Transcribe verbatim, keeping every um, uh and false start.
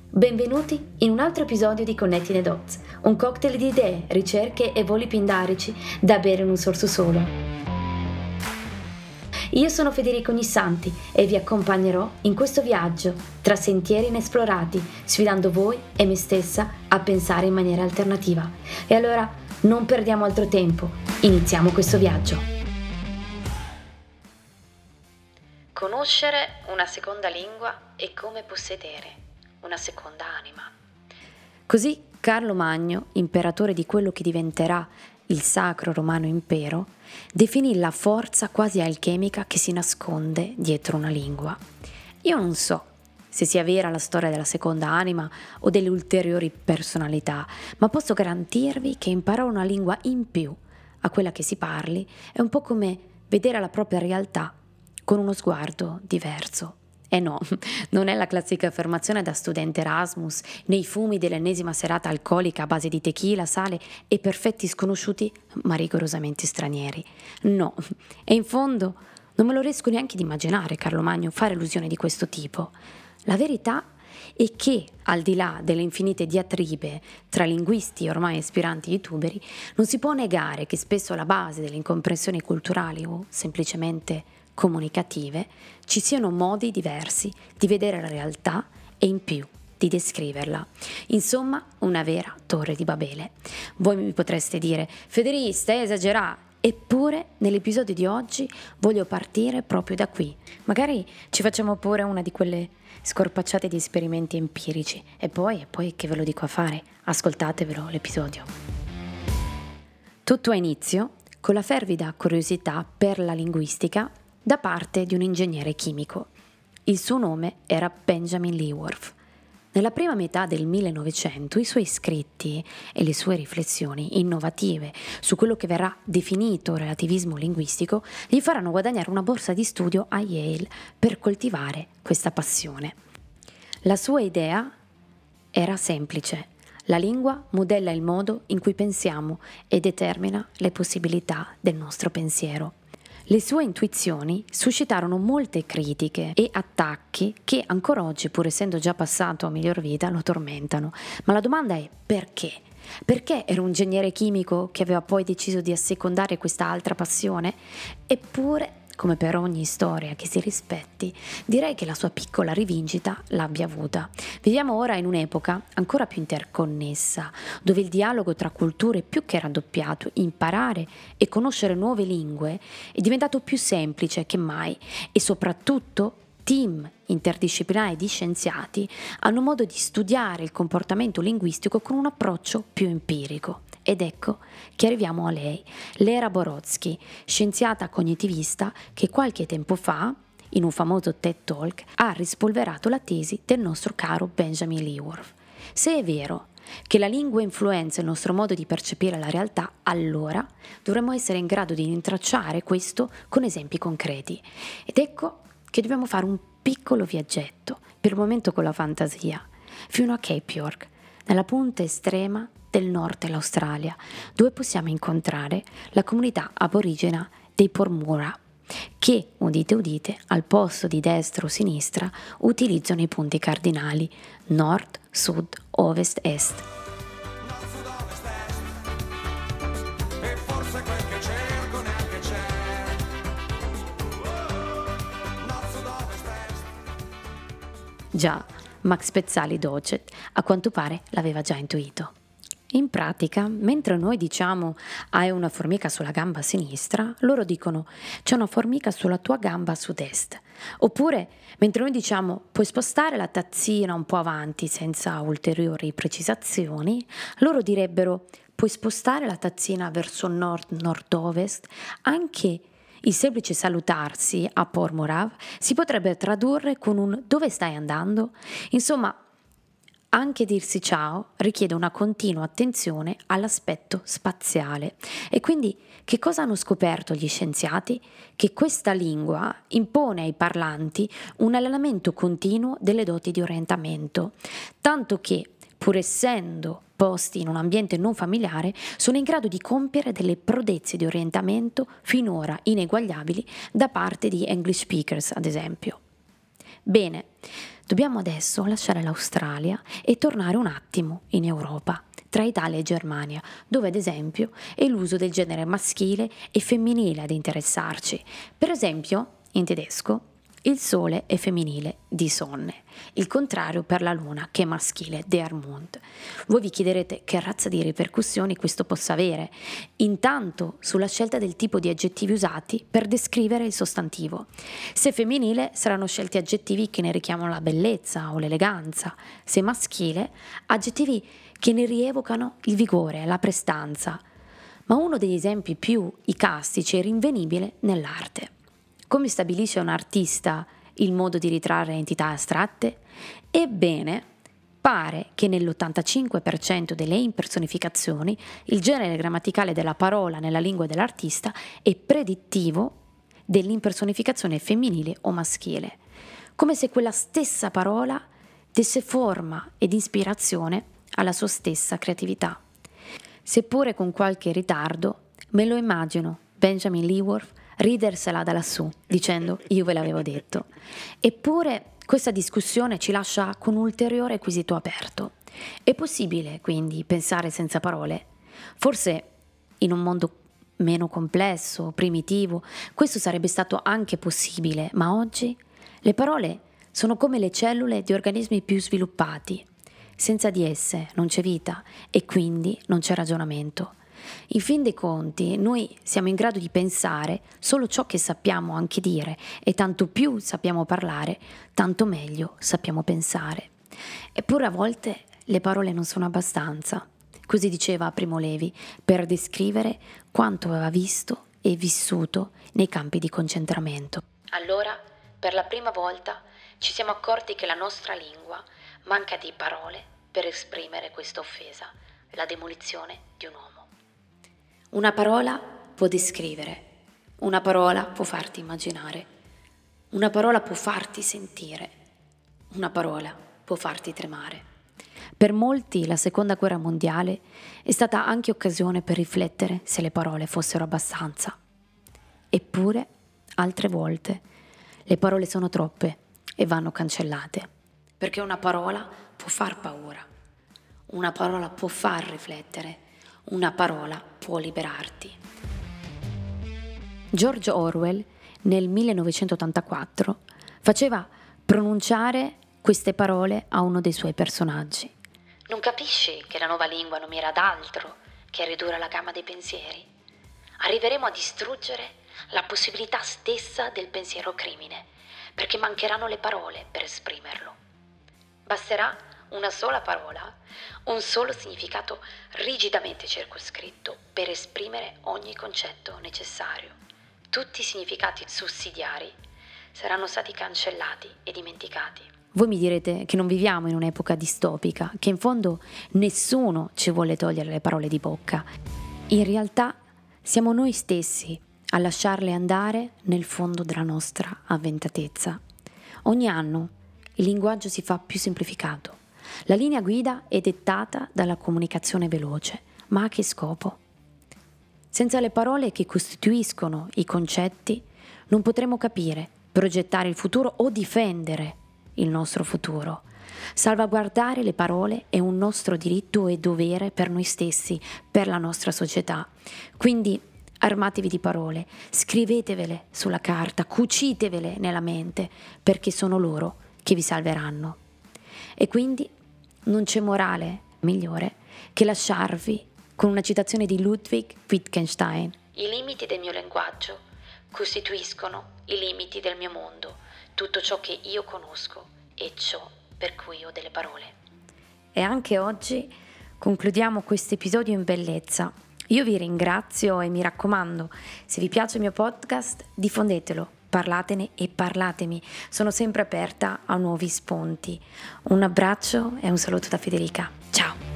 Benvenuti in un altro episodio di Connecting the Dots, un cocktail di idee, ricerche e voli pindarici da bere in un sorso solo. Io sono Federico Ognissanti e vi accompagnerò in questo viaggio tra sentieri inesplorati, sfidando voi e me stessa a pensare in maniera alternativa. E allora non perdiamo altro tempo, iniziamo questo viaggio. Conoscere una seconda lingua è come possedere una seconda anima. Così Carlo Magno, imperatore di quello che diventerà il Sacro Romano Impero, definì la forza quasi alchemica che si nasconde dietro una lingua. Io non so se sia vera la storia della seconda anima o delle ulteriori personalità, ma posso garantirvi che imparare una lingua in più a quella che si parli è un po' come vedere la propria realtà con uno sguardo diverso. E no, non è la classica affermazione da studente Erasmus nei fumi dell'ennesima serata alcolica a base di tequila, sale e perfetti sconosciuti ma rigorosamente stranieri. No, e in fondo non me lo riesco neanche di immaginare Carlo Magno fare illusioni di questo tipo. La verità è che, al di là delle infinite diatribe tra linguisti e ormai aspiranti youtuberi, non si può negare che spesso alla base delle incomprensioni culturali o semplicemente comunicative ci siano modi diversi di vedere la realtà e in più di descriverla. Insomma, una vera torre di Babele. Voi mi potreste dire: Federico, stai esagerando. Eppure, nell'episodio di oggi voglio partire proprio da qui. Magari ci facciamo pure una di quelle scorpacciate di esperimenti empirici. E poi, e poi che ve lo dico a fare? Ascoltatevelo l'episodio. Tutto ha inizio con la fervida curiosità per la linguistica da parte di un ingegnere chimico. Il suo nome era Benjamin Leavenworth. Nella prima metà del millenovecento i suoi scritti e le sue riflessioni innovative su quello che verrà definito relativismo linguistico gli faranno guadagnare una borsa di studio a Yale per coltivare questa passione. La sua idea era semplice: la lingua modella il modo in cui pensiamo e determina le possibilità del nostro pensiero. Le sue intuizioni suscitarono molte critiche e attacchi che ancora oggi, pur essendo già passato a miglior vita, lo tormentano. Ma la domanda è: perché? Perché era un ingegnere chimico che aveva poi deciso di assecondare questa altra passione? Eppure, come per ogni storia che si rispetti, direi che la sua piccola rivincita l'abbia avuta. Viviamo ora in un'epoca ancora più interconnessa, dove il dialogo tra culture è più che raddoppiato. Imparare e conoscere nuove lingue è diventato più semplice che mai e soprattutto team interdisciplinari di scienziati hanno modo di studiare il comportamento linguistico con un approccio più empirico. Ed ecco che arriviamo a lei, Lera Borodsky, scienziata cognitivista che qualche tempo fa, in un famoso TED Talk, ha rispolverato la tesi del nostro caro Benjamin Leavenworth. Se è vero che la lingua influenza il nostro modo di percepire la realtà, allora dovremmo essere in grado di rintracciare questo con esempi concreti. Ed ecco che dobbiamo fare un piccolo viaggetto, per il momento con la fantasia, fino a Cape York, nella punta estrema del nord dell'Australia, dove possiamo incontrare la comunità aborigena dei Pormura, che, udite udite, al posto di destra o sinistra utilizzano i punti cardinali nord, sud, ovest, est. Già, Max Pezzali Docet a quanto pare l'aveva già intuito. In pratica, mentre noi diciamo hai una formica sulla gamba sinistra, loro dicono c'è una formica sulla tua gamba a sud-est. Oppure, mentre noi diciamo puoi spostare la tazzina un po' avanti senza ulteriori precisazioni, loro direbbero puoi spostare la tazzina verso nord-nord-ovest. Anche il semplice salutarsi a Pormorav si potrebbe tradurre con un dove stai andando? Insomma, anche dirsi ciao richiede una continua attenzione all'aspetto spaziale. E quindi che cosa hanno scoperto gli scienziati? Che questa lingua impone ai parlanti un allenamento continuo delle doti di orientamento, tanto che, pur essendo posti in un ambiente non familiare, sono in grado di compiere delle prodezze di orientamento finora ineguagliabili da parte di English speakers, ad esempio. Bene, Dobbiamo adesso lasciare l'Australia e tornare un attimo in Europa, tra Italia e Germania, dove ad esempio è l'uso del genere maschile e femminile ad interessarci. Per esempio, in tedesco, il sole è femminile, die Sonne, il contrario per la luna che è maschile, der Mond. Voi vi chiederete che razza di ripercussioni questo possa avere, intanto sulla scelta del tipo di aggettivi usati per descrivere il sostantivo. Se femminile saranno scelti aggettivi che ne richiamano la bellezza o l'eleganza, se maschile aggettivi che ne rievocano il vigore, la prestanza. Ma uno degli esempi più icastici e rinvenibile nell'arte. Come stabilisce un artista il modo di ritrarre entità astratte? Ebbene, pare che nell'ottantacinque per cento delle impersonificazioni il genere grammaticale della parola nella lingua dell'artista è predittivo dell'impersonificazione femminile o maschile, come se quella stessa parola desse forma ed ispirazione alla sua stessa creatività. Seppure con qualche ritardo, me lo immagino Benjamin Leaworth ridersela da lassù, dicendo io ve l'avevo detto. Eppure questa discussione ci lascia con un ulteriore quesito aperto. È possibile quindi pensare senza parole? Forse in un mondo meno complesso, primitivo, questo sarebbe stato anche possibile, ma oggi le parole sono come le cellule di organismi più sviluppati. Senza di esse non c'è vita e quindi non c'è ragionamento. In fin dei conti, noi siamo in grado di pensare solo ciò che sappiamo anche dire e tanto più sappiamo parlare, tanto meglio sappiamo pensare. Eppure a volte le parole non sono abbastanza, così diceva Primo Levi, per descrivere quanto aveva visto e vissuto nei campi di concentramento. Allora, per la prima volta, ci siamo accorti che la nostra lingua manca di parole per esprimere questa offesa, la demolizione di un uomo. Una parola può descrivere, una parola può farti immaginare, una parola può farti sentire, una parola può farti tremare. Per molti la seconda guerra mondiale è stata anche occasione per riflettere se le parole fossero abbastanza. Eppure, altre volte, le parole sono troppe e vanno cancellate, perché una parola può far paura, una parola può far riflettere, una parola può liberarti. George Orwell nel millenovecentottantaquattro faceva pronunciare queste parole a uno dei suoi personaggi. Non capisci che la nuova lingua non mira ad altro che a ridurre la gamma dei pensieri? Arriveremo a distruggere la possibilità stessa del pensiero crimine, perché mancheranno le parole per esprimerlo. Basterà una sola parola, un solo significato rigidamente circoscritto per esprimere ogni concetto necessario. Tutti i significati sussidiari saranno stati cancellati e dimenticati. Voi mi direte che non viviamo in un'epoca distopica, che in fondo nessuno ci vuole togliere le parole di bocca. In realtà siamo noi stessi a lasciarle andare nel fondo della nostra avventatezza. Ogni anno il linguaggio si fa più semplificato. La linea guida è dettata dalla comunicazione veloce, ma a che scopo? Senza le parole che costituiscono i concetti, non potremo capire, progettare il futuro o difendere il nostro futuro. Salvaguardare le parole è un nostro diritto e dovere per noi stessi, per la nostra società. Quindi armatevi di parole, scrivetevele sulla carta, cucitevele nella mente, perché sono loro che vi salveranno. E quindi non c'è morale migliore che lasciarvi con una citazione di Ludwig Wittgenstein. I limiti del mio linguaggio costituiscono i limiti del mio mondo, tutto ciò che io conosco e ciò per cui ho delle parole. E anche oggi concludiamo questo episodio in bellezza. Io vi ringrazio e mi raccomando, se vi piace il mio podcast, diffondetelo. Parlatene e parlatemi, sono sempre aperta a nuovi spunti. Un abbraccio e un saluto da Federica. Ciao!